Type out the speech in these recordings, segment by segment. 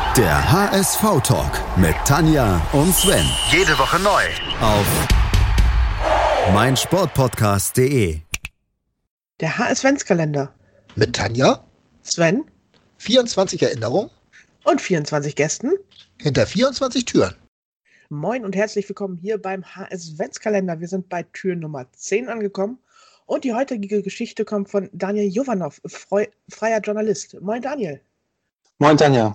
Der HSV-Talk mit Tanja und Sven. Jede Woche neu. Auf meinsportpodcast.de. Der HS-Adventskalender. Mit Tanja, Sven 24 Erinnerungen und 24 Gästen. hinter 24 Türen. Moin und herzlich willkommen hier beim HS-Adventskalender. Wir sind bei Tür Nummer 10 angekommen und die heutige Geschichte kommt von Daniel Jovanov, freier Journalist. Moin Daniel. Moin Tanja.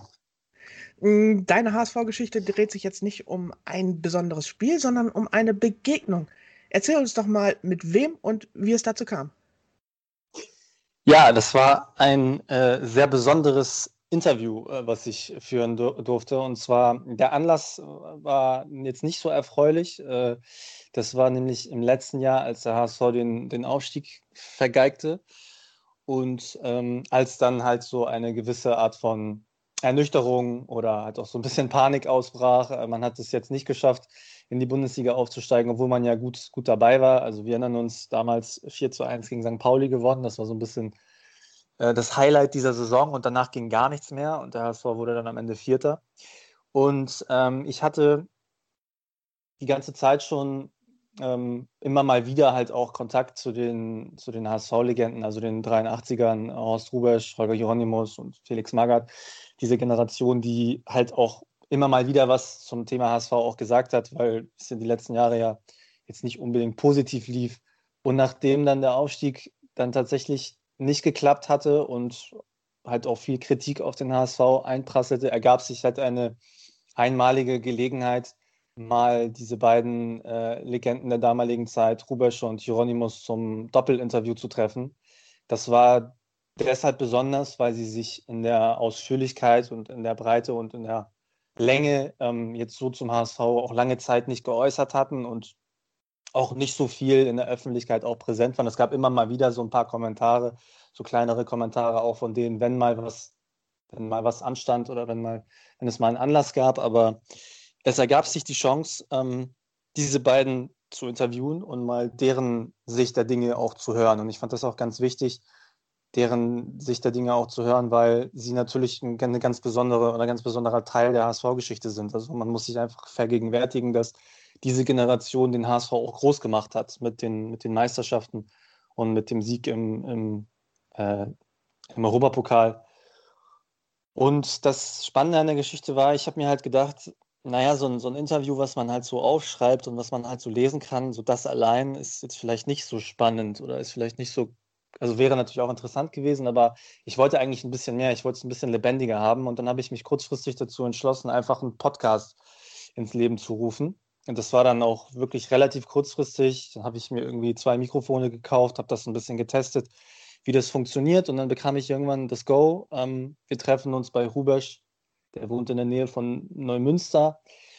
Deine HSV-Geschichte dreht sich jetzt nicht um ein besonderes Spiel, sondern um eine Begegnung. Erzähl uns doch mal, mit wem und wie es dazu kam. Ja, das war ein sehr besonderes Interview, was ich führen durfte. Und zwar, der Anlass war jetzt nicht so erfreulich. Das war nämlich im letzten Jahr, als der HSV den Aufstieg vergeigte. Und als dann halt so eine gewisse Art von Ernüchterung oder halt auch so ein bisschen Panik ausbrach. Man hat es jetzt nicht geschafft, in die Bundesliga aufzusteigen, obwohl man ja gut dabei war. Also wir erinnern uns, damals 4-1 gegen St. Pauli gewonnen. Das war so ein bisschen das Highlight dieser Saison und danach ging gar nichts mehr und der HSV wurde dann am Ende Vierter. Und ich hatte die ganze Zeit schon immer mal wieder halt auch Kontakt zu den HSV-Legenden, also den 83ern, Horst Hrubesch, Holger Hieronymus und Felix Magath, diese Generation, die halt auch immer mal wieder was zum Thema HSV auch gesagt hat, weil es in die letzten Jahre ja jetzt nicht unbedingt positiv lief. Und nachdem dann der Aufstieg dann tatsächlich nicht geklappt hatte und halt auch viel Kritik auf den HSV einprasselte, ergab sich halt eine einmalige Gelegenheit, mal diese beiden Legenden der damaligen Zeit, Hrubesch und Hieronymus, zum Doppelinterview zu treffen. Das war deshalb besonders, weil sie sich in der Ausführlichkeit und in der Breite und in der Länge jetzt so zum HSV auch lange Zeit nicht geäußert hatten und auch nicht so viel in der Öffentlichkeit auch präsent waren. Es gab immer mal wieder so ein paar Kommentare, so kleinere Kommentare auch von denen, wenn mal was anstand oder wenn es mal einen Anlass gab, aber es ergab sich die Chance, diese beiden zu interviewen und mal deren Sicht der Dinge auch zu hören. Und ich fand das auch ganz wichtig, deren Sicht der Dinge auch zu hören, weil sie natürlich ein ganz besonderer Teil der HSV-Geschichte sind. Also man muss sich einfach vergegenwärtigen, dass diese Generation den HSV auch groß gemacht hat mit den Meisterschaften und mit dem Sieg im Europapokal. Und das Spannende an der Geschichte war, ich habe mir halt gedacht, naja, so ein Interview, was man halt so aufschreibt und was man halt so lesen kann, so das allein ist jetzt vielleicht nicht so spannend oder ist vielleicht nicht so, also wäre natürlich auch interessant gewesen, aber ich wollte eigentlich ein bisschen mehr, ich wollte es ein bisschen lebendiger haben und dann habe ich mich kurzfristig dazu entschlossen, einfach einen Podcast ins Leben zu rufen. Und das war dann auch wirklich relativ kurzfristig. Dann habe ich mir irgendwie 2 Mikrofone gekauft, habe das ein bisschen getestet, wie das funktioniert und dann bekam ich irgendwann das Go. Wir treffen uns bei Hrubesch, der wohnt in der Nähe von Neumünster.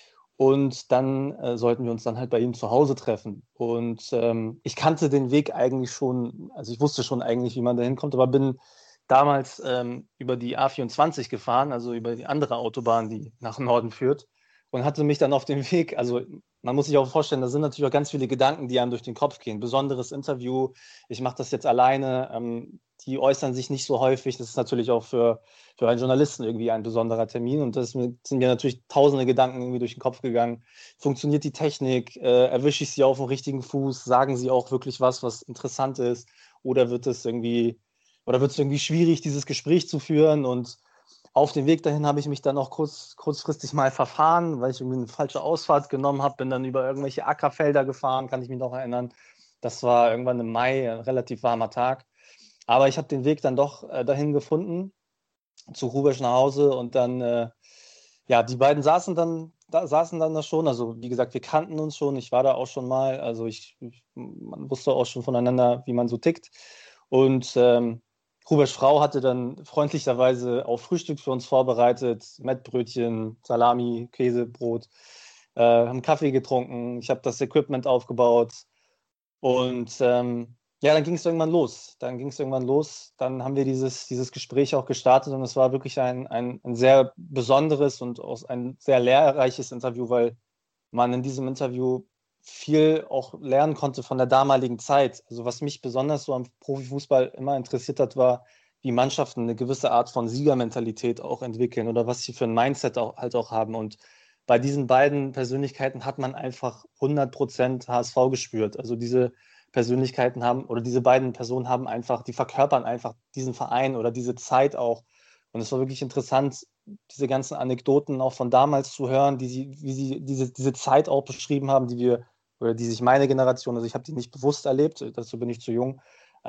Und dann sollten wir uns dann halt bei ihm zu Hause treffen. Und ich kannte den Weg eigentlich schon, also ich wusste schon eigentlich, wie man da hinkommt, aber bin damals über die A24 gefahren, also über die andere Autobahn, die nach Norden führt. Und hatte mich dann auf dem Weg, also man muss sich auch vorstellen, da sind natürlich auch ganz viele Gedanken, die einem durch den Kopf gehen. Besonderes Interview, ich mache das jetzt alleine, die äußern sich nicht so häufig. Das ist natürlich auch für einen Journalisten irgendwie ein besonderer Termin. Und das sind mir natürlich tausende Gedanken irgendwie durch den Kopf gegangen. Funktioniert die Technik? Erwische ich sie auf dem richtigen Fuß? Sagen sie auch wirklich was interessant ist? Oder wird es irgendwie schwierig, dieses Gespräch zu führen? Und auf dem Weg dahin habe ich mich dann auch kurzfristig mal verfahren, weil ich irgendwie eine falsche Ausfahrt genommen habe, bin dann über irgendwelche Ackerfelder gefahren, kann ich mich noch erinnern. Das war irgendwann im Mai, ein relativ warmer Tag. Aber ich habe den Weg dann doch dahin gefunden, zu Hrubesch nach Hause und dann, die beiden saßen dann da schon. Also wie gesagt, wir kannten uns schon, ich war da auch schon mal, also man wusste auch schon voneinander, wie man so tickt. Und Hrubesch Frau hatte dann freundlicherweise auch Frühstück für uns vorbereitet, Mettbrötchen, Salami, Käsebrot, haben Kaffee getrunken, ich habe das Equipment aufgebaut und dann ging es irgendwann los. Dann haben wir dieses Gespräch auch gestartet und es war wirklich ein sehr besonderes und auch ein sehr lehrreiches Interview, weil man in diesem Interview viel auch lernen konnte von der damaligen Zeit. Also was mich besonders so am Profifußball immer interessiert hat, war, wie Mannschaften eine gewisse Art von Siegermentalität auch entwickeln oder was sie für ein Mindset auch haben. Und bei diesen beiden Persönlichkeiten hat man einfach 100% HSV gespürt. Also diese Persönlichkeiten haben oder diese beiden Personen haben einfach, die verkörpern einfach diesen Verein oder diese Zeit auch. Und es war wirklich interessant, diese ganzen Anekdoten auch von damals zu hören, wie sie diese Zeit auch beschrieben haben, die sich meine Generation, also ich habe die nicht bewusst erlebt, dazu bin ich zu jung,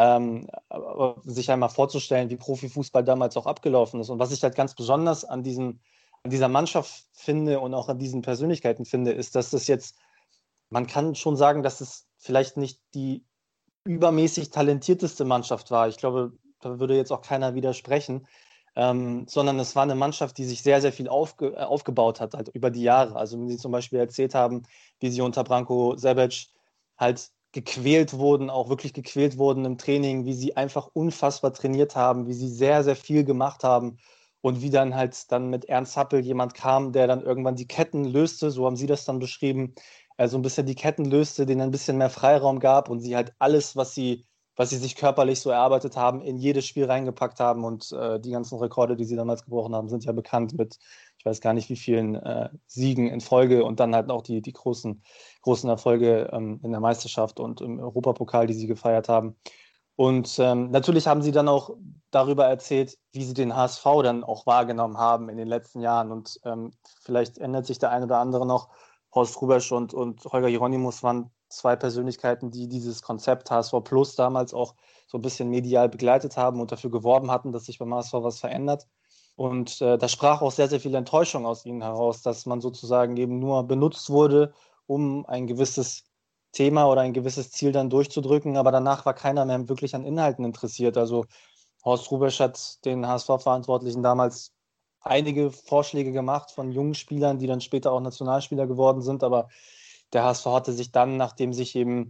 aber sich einmal vorzustellen, wie Profifußball damals auch abgelaufen ist. Und was ich halt ganz besonders an dieser Mannschaft finde und auch an diesen Persönlichkeiten finde, ist, dass das jetzt, man kann schon sagen, dass es vielleicht nicht die übermäßig talentierteste Mannschaft war. Ich glaube, da würde jetzt auch keiner widersprechen, sondern es war eine Mannschaft, die sich sehr, sehr viel aufgebaut hat, halt über die Jahre. Also wenn Sie zum Beispiel erzählt haben, wie sie unter Branko Sebec halt gequält wurden, auch wirklich gequält wurden im Training, wie sie einfach unfassbar trainiert haben, wie sie sehr, sehr viel gemacht haben und wie dann halt dann mit Ernst Happel jemand kam, der dann irgendwann die Ketten löste, so haben Sie das dann beschrieben, so ein bisschen die Ketten löste, denen ein bisschen mehr Freiraum gab und sie halt alles, was sie sich körperlich so erarbeitet haben, in jedes Spiel reingepackt haben. Und die ganzen Rekorde, die sie damals gebrochen haben, sind ja bekannt mit, ich weiß gar nicht wie vielen Siegen in Folge und dann halt auch die großen Erfolge in der Meisterschaft und im Europapokal, die sie gefeiert haben. Und natürlich haben sie dann auch darüber erzählt, wie sie den HSV dann auch wahrgenommen haben in den letzten Jahren. Und vielleicht ändert sich der eine oder andere noch. Horst Hrubesch und Holger Hieronymus waren zwei Persönlichkeiten, die dieses Konzept HSV Plus damals auch so ein bisschen medial begleitet haben und dafür geworben hatten, dass sich beim HSV was verändert. Und da sprach auch sehr, sehr viel Enttäuschung aus ihnen heraus, dass man sozusagen eben nur benutzt wurde, um ein gewisses Thema oder ein gewisses Ziel dann durchzudrücken, aber danach war keiner mehr wirklich an Inhalten interessiert. Also Horst Hrubesch hat den HSV-Verantwortlichen damals einige Vorschläge gemacht von jungen Spielern, die dann später auch Nationalspieler geworden sind, aber der HSV hatte sich dann, nachdem sich eben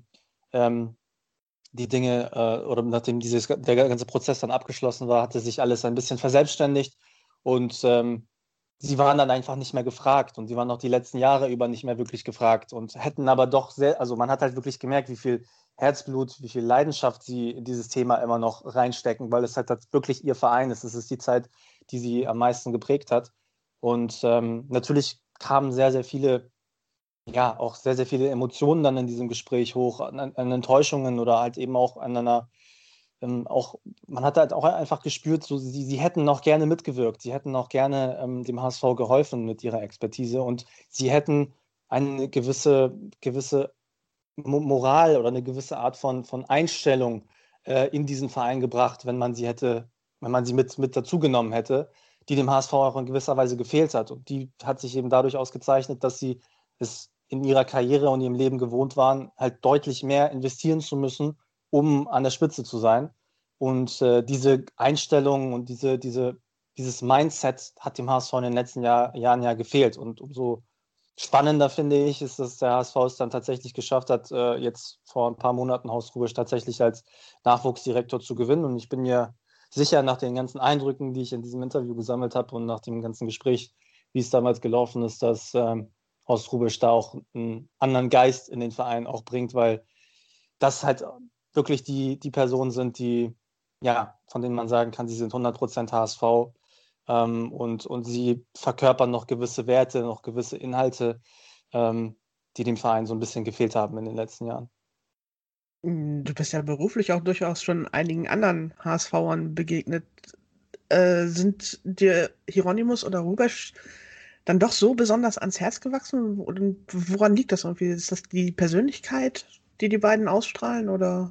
die Dinge oder nachdem der ganze Prozess dann abgeschlossen war, hatte sich alles ein bisschen verselbstständigt und sie waren dann einfach nicht mehr gefragt und sie waren auch die letzten Jahre über nicht mehr wirklich gefragt und hätten aber doch sehr, also man hat halt wirklich gemerkt, wie viel Herzblut, wie viel Leidenschaft sie in dieses Thema immer noch reinstecken, weil es halt wirklich ihr Verein ist. Es ist die Zeit, die sie am meisten geprägt hat. Und natürlich kamen sehr, sehr viele, ja, auch sehr, sehr viele Emotionen dann in diesem Gespräch hoch, an Enttäuschungen oder halt eben auch an einer, auch, man hat halt auch einfach gespürt, so, sie hätten noch gerne mitgewirkt, sie hätten noch gerne dem HSV geholfen mit ihrer Expertise und sie hätten eine gewisse Moral oder eine gewisse Art von Einstellung in diesen Verein gebracht, wenn man sie mit dazugenommen hätte, die dem HSV auch in gewisser Weise gefehlt hat. Und die hat sich eben dadurch ausgezeichnet, dass sie es in ihrer Karriere und ihrem Leben gewohnt waren, halt deutlich mehr investieren zu müssen, um an der Spitze zu sein. Und diese Einstellung und dieses Mindset hat dem HSV in den letzten Jahren ja gefehlt. Und umso spannender finde ich, ist, dass der HSV es dann tatsächlich geschafft hat, jetzt vor ein paar Monaten Horst Hrubesch tatsächlich als Nachwuchsdirektor zu gewinnen. Und ich bin mir sicher, nach den ganzen Eindrücken, die ich in diesem Interview gesammelt habe und nach dem ganzen Gespräch, wie es damals gelaufen ist, dass Horst Hrubesch da auch einen anderen Geist in den Verein auch bringt, weil das halt wirklich die Personen sind, die, ja, von denen man sagen kann, sie sind 100% HSV und sie verkörpern noch gewisse Werte, noch gewisse Inhalte, die dem Verein so ein bisschen gefehlt haben in den letzten Jahren. Du bist ja beruflich auch durchaus schon einigen anderen HSVern begegnet. Sind dir Hieronymus oder Hrubesch dann doch so besonders ans Herz gewachsen? Und woran liegt das irgendwie? Ist das die Persönlichkeit, die die beiden ausstrahlen, oder?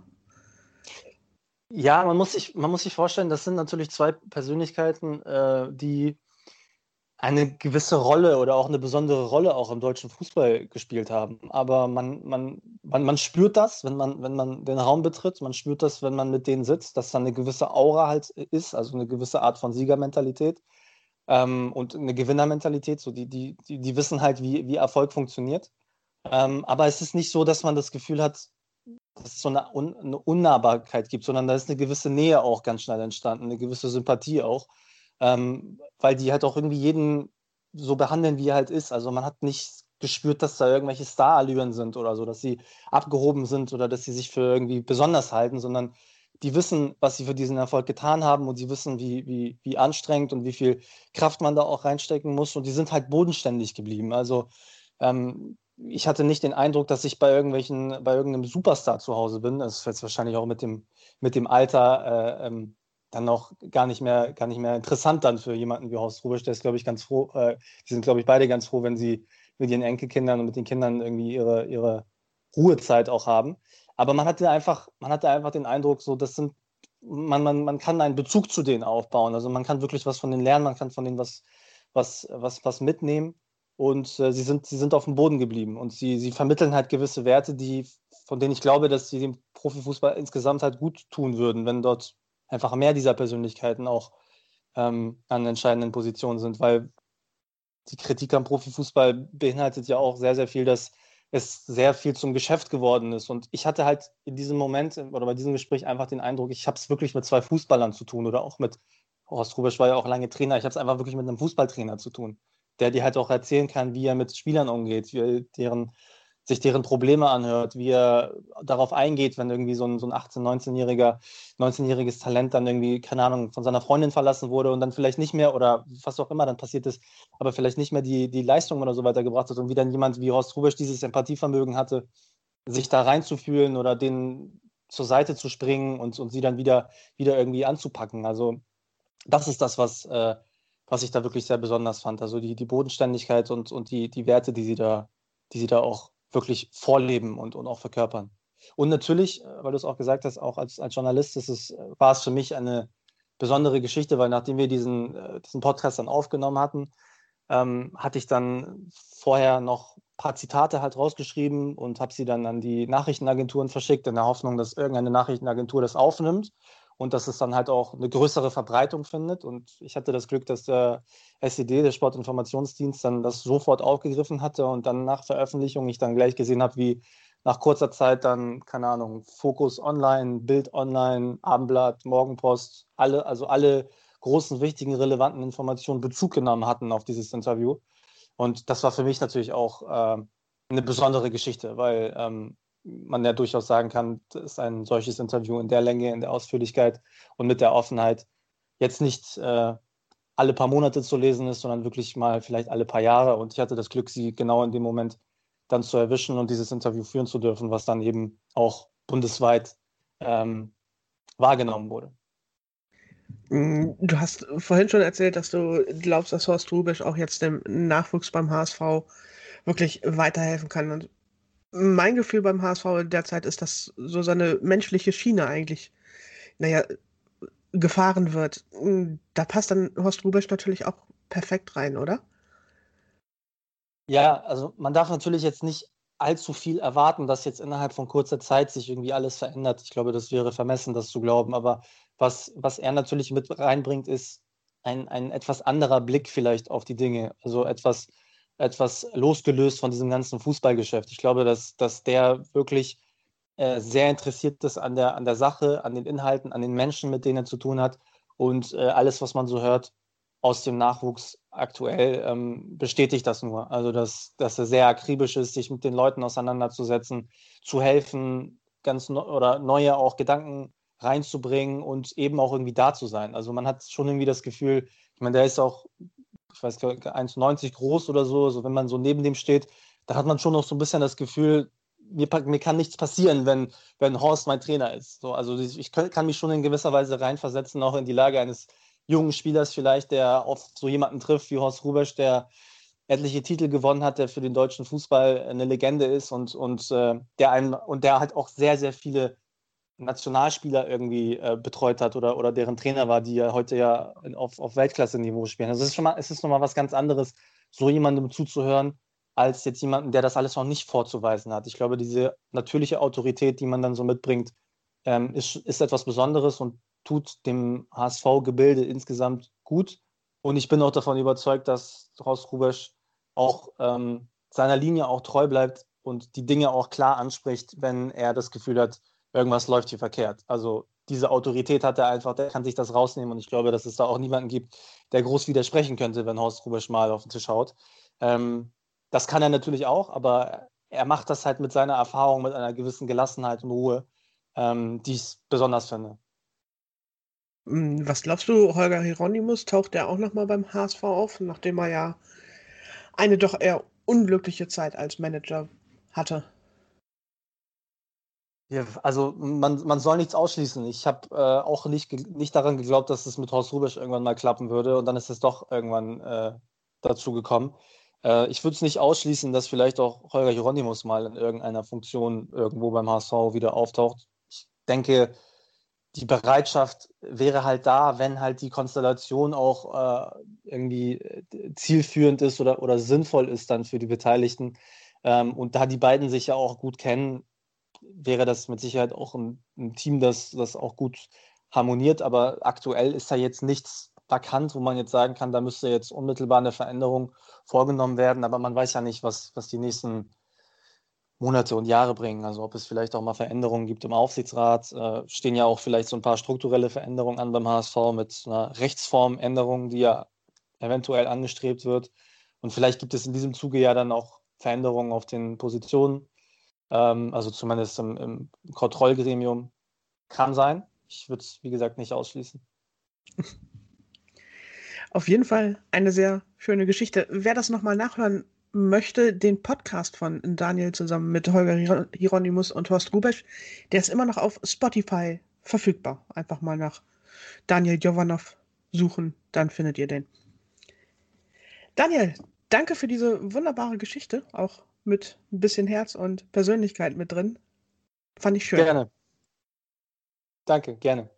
Ja, man muss sich vorstellen, das sind natürlich zwei Persönlichkeiten, die eine gewisse Rolle oder auch eine besondere Rolle auch im deutschen Fußball gespielt haben. Aber man spürt das, wenn man den Raum betritt, man spürt das, wenn man mit denen sitzt, dass da eine gewisse Aura halt ist, also eine gewisse Art von Siegermentalität und eine Gewinnermentalität. So die wissen halt, wie Erfolg funktioniert. Aber es ist nicht so, dass man das Gefühl hat, dass es so eine Unnahbarkeit gibt, sondern da ist eine gewisse Nähe auch ganz schnell entstanden, eine gewisse Sympathie auch, weil die halt auch irgendwie jeden so behandeln, wie er halt ist. Also man hat nicht gespürt, dass da irgendwelche Starallüren sind oder so, dass sie abgehoben sind oder dass sie sich für irgendwie besonders halten, sondern die wissen, was sie für diesen Erfolg getan haben und sie wissen, wie anstrengend und wie viel Kraft man da auch reinstecken muss und die sind halt bodenständig geblieben. Also ich hatte nicht den Eindruck, dass ich bei irgendeinem Superstar zu Hause bin. Das ist jetzt wahrscheinlich auch mit dem Alter dann noch gar nicht mehr interessant dann für jemanden wie Horst Hrubesch. Der ist, glaube ich, ganz froh. Die sind, glaube ich, beide ganz froh, wenn sie mit ihren Enkelkindern und mit den Kindern irgendwie ihre Ruhezeit auch haben. Aber man hatte einfach den Eindruck, so, man kann einen Bezug zu denen aufbauen. Also man kann wirklich was von denen lernen, man kann von denen was mitnehmen. Und sie sind auf dem Boden geblieben. Und sie vermitteln halt gewisse Werte, von denen ich glaube, dass sie dem Profifußball insgesamt halt gut tun würden, wenn dort einfach mehr dieser Persönlichkeiten auch an entscheidenden Positionen sind. Weil die Kritik am Profifußball beinhaltet ja auch sehr, sehr viel, dass es sehr viel zum Geschäft geworden ist. Und ich hatte halt in diesem Moment oder bei diesem Gespräch einfach den Eindruck, ich habe es wirklich mit zwei Fußballern zu tun oder auch mit Horst Hrubesch war ja auch lange Trainer. Ich habe es einfach wirklich mit einem Fußballtrainer zu tun, der dir halt auch erzählen kann, wie er mit Spielern umgeht, wie er sich deren Probleme anhört, wie er darauf eingeht, wenn irgendwie so ein 18-, 19-jähriges Talent dann irgendwie, keine Ahnung, von seiner Freundin verlassen wurde und dann vielleicht nicht mehr oder was auch immer dann passiert ist, aber vielleicht nicht mehr die Leistung oder so weitergebracht hat und wie dann jemand wie Horst Hrubesch dieses Empathievermögen hatte, sich da reinzufühlen oder denen zur Seite zu springen und sie dann wieder irgendwie anzupacken. Also das ist das, was ich da wirklich sehr besonders fand. Also die Bodenständigkeit und die Werte, die sie da auch wirklich vorleben und auch verkörpern. Und natürlich, weil du es auch gesagt hast, auch als Journalist war es für mich eine besondere Geschichte, weil nachdem wir diesen Podcast dann aufgenommen hatten, hatte ich dann vorher noch ein paar Zitate halt rausgeschrieben und habe sie dann an die Nachrichtenagenturen verschickt, in der Hoffnung, dass irgendeine Nachrichtenagentur das aufnimmt und dass es dann halt auch eine größere Verbreitung findet. Und ich hatte das Glück, dass der SED, der Sportinformationsdienst, dann das sofort aufgegriffen hatte und dann nach Veröffentlichung ich dann gleich gesehen habe, wie nach kurzer Zeit dann, keine Ahnung, Focus Online, Bild Online, Abendblatt, Morgenpost, also alle großen, wichtigen, relevanten Informationen Bezug genommen hatten auf dieses Interview. Und das war für mich natürlich auch eine besondere Geschichte, weil man ja durchaus sagen kann, dass ein solches Interview in der Länge, in der Ausführlichkeit und mit der Offenheit jetzt nicht alle paar Monate zu lesen ist, sondern wirklich mal vielleicht alle paar Jahre. Und ich hatte das Glück, sie genau in dem Moment dann zu erwischen und dieses Interview führen zu dürfen, was dann eben auch bundesweit wahrgenommen wurde. Du hast vorhin schon erzählt, dass du glaubst, dass Horst Hrubesch auch jetzt dem Nachwuchs beim HSV wirklich weiterhelfen kann. Und mein Gefühl beim HSV derzeit ist, dass so seine menschliche Schiene eigentlich, naja, gefahren wird. Da passt dann Horst Hrubesch natürlich auch perfekt rein, oder? Ja, also man darf natürlich jetzt nicht allzu viel erwarten, dass jetzt innerhalb von kurzer Zeit sich irgendwie alles verändert. Ich glaube, das wäre vermessen, das zu glauben. Aber was er natürlich mit reinbringt, ist ein etwas anderer Blick vielleicht auf die Dinge. Also etwas losgelöst von diesem ganzen Fußballgeschäft. Ich glaube, dass der wirklich sehr interessiert ist an der Sache, an den Inhalten, an den Menschen, mit denen er zu tun hat. Und alles, was man so hört aus dem Nachwuchs aktuell, bestätigt das nur. Also, dass er sehr akribisch ist, sich mit den Leuten auseinanderzusetzen, zu helfen, oder neue auch Gedanken reinzubringen und eben auch irgendwie da zu sein. Also man hat schon irgendwie das Gefühl, ich meine, der ist auch, ich weiß gar nicht, 1,90 groß oder so, also wenn man so neben dem steht, da hat man schon noch so ein bisschen das Gefühl, mir kann nichts passieren, wenn Horst mein Trainer ist. So, also ich kann mich schon in gewisser Weise reinversetzen, auch in die Lage eines jungen Spielers vielleicht, der auf so jemanden trifft wie Horst Hrubesch, der etliche Titel gewonnen hat, der für den deutschen Fußball eine Legende ist und der halt auch sehr, sehr viele Nationalspieler irgendwie betreut hat oder deren Trainer war, die ja heute ja auf Weltklasse-Niveau spielen. Also es ist nochmal was ganz anderes, so jemandem zuzuhören, als jetzt jemanden, der das alles noch nicht vorzuweisen hat. Ich glaube, diese natürliche Autorität, die man dann so mitbringt, ist etwas Besonderes und tut dem HSV-Gebilde insgesamt gut. Und ich bin auch davon überzeugt, dass Horst Hrubesch auch seiner Linie auch treu bleibt und die Dinge auch klar anspricht, wenn er das Gefühl hat, irgendwas läuft hier verkehrt. Also diese Autorität hat er einfach, der kann sich das rausnehmen und ich glaube, dass es da auch niemanden gibt, der groß widersprechen könnte, wenn Horst Hrubesch mal auf den Tisch haut. Das kann er natürlich auch, aber er macht das halt mit seiner Erfahrung, mit einer gewissen Gelassenheit und Ruhe, die ich besonders finde. Was glaubst du, Holger Hieronymus, taucht der auch nochmal beim HSV auf, nachdem er ja eine doch eher unglückliche Zeit als Manager hatte? Ja, also man soll nichts ausschließen. Ich habe auch nicht daran geglaubt, dass es mit Horst Hrubesch irgendwann mal klappen würde, und dann ist es doch irgendwann dazu gekommen. Ich würde es nicht ausschließen, dass vielleicht auch Holger Hieronymus mal in irgendeiner Funktion irgendwo beim HSV wieder auftaucht. Ich denke, die Bereitschaft wäre halt da, wenn halt die Konstellation auch irgendwie zielführend ist oder sinnvoll ist dann für die Beteiligten. Und da die beiden sich ja auch gut kennen, wäre das mit Sicherheit auch ein Team, das auch gut harmoniert. Aber aktuell ist da jetzt nichts vakant, wo man jetzt sagen kann, da müsste jetzt unmittelbar eine Veränderung vorgenommen werden. Aber man weiß ja nicht, was die nächsten Monate und Jahre bringen. Also ob es vielleicht auch mal Veränderungen gibt im Aufsichtsrat. Stehen ja auch vielleicht so ein paar strukturelle Veränderungen an beim HSV mit einer Rechtsformänderung, die ja eventuell angestrebt wird. Und vielleicht gibt es in diesem Zuge ja dann auch Veränderungen auf den Positionen. Also zumindest im Kontrollgremium. Kann sein. Ich würde es, wie gesagt, nicht ausschließen. Auf jeden Fall eine sehr schöne Geschichte. Wer das nochmal nachhören möchte, den Podcast von Daniel zusammen mit Holger Hieronymus und Horst Hrubesch, der ist immer noch auf Spotify verfügbar. Einfach mal nach Daniel Jovanov suchen, dann findet ihr den. Daniel, danke für diese wunderbare Geschichte, auch mit ein bisschen Herz und Persönlichkeit mit drin. Fand ich schön. Gerne. Danke, gerne.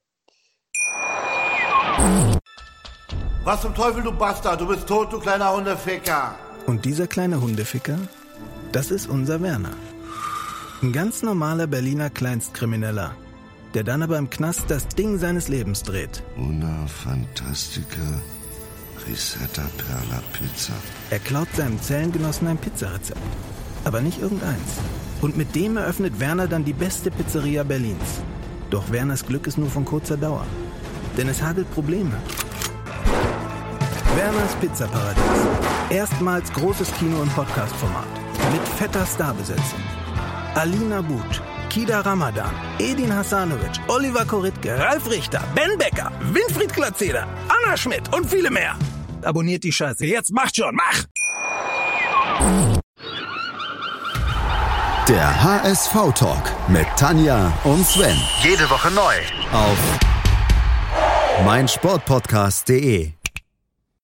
Was zum Teufel, du Bastard? Du bist tot, du kleiner Hundeficker. Und dieser kleine Hundeficker, das ist unser Werner. Ein ganz normaler Berliner Kleinstkrimineller, der dann aber im Knast das Ding seines Lebens dreht. Una Fantastica Risetta Perla Pizza. Er klaut seinem Zellengenossen ein Pizzarezept. Aber nicht irgendeins. Und mit dem eröffnet Werner dann die beste Pizzeria Berlins. Doch Werners Glück ist nur von kurzer Dauer. Denn es hagelt Probleme. Werners Pizzaparadies. Erstmals großes Kino- und Podcast-Format. Mit fetter Starbesetzung. Alina But, Kida Ramadan, Edin Hasanovic, Oliver Koritke, Ralf Richter, Ben Becker, Winfried Glatzeder, Anna Schmidt und viele mehr. Abonniert die Scheiße. Jetzt macht schon, mach! Der HSV-Talk mit Tanja und Sven. Jede Woche neu. Auf meinsportpodcast.de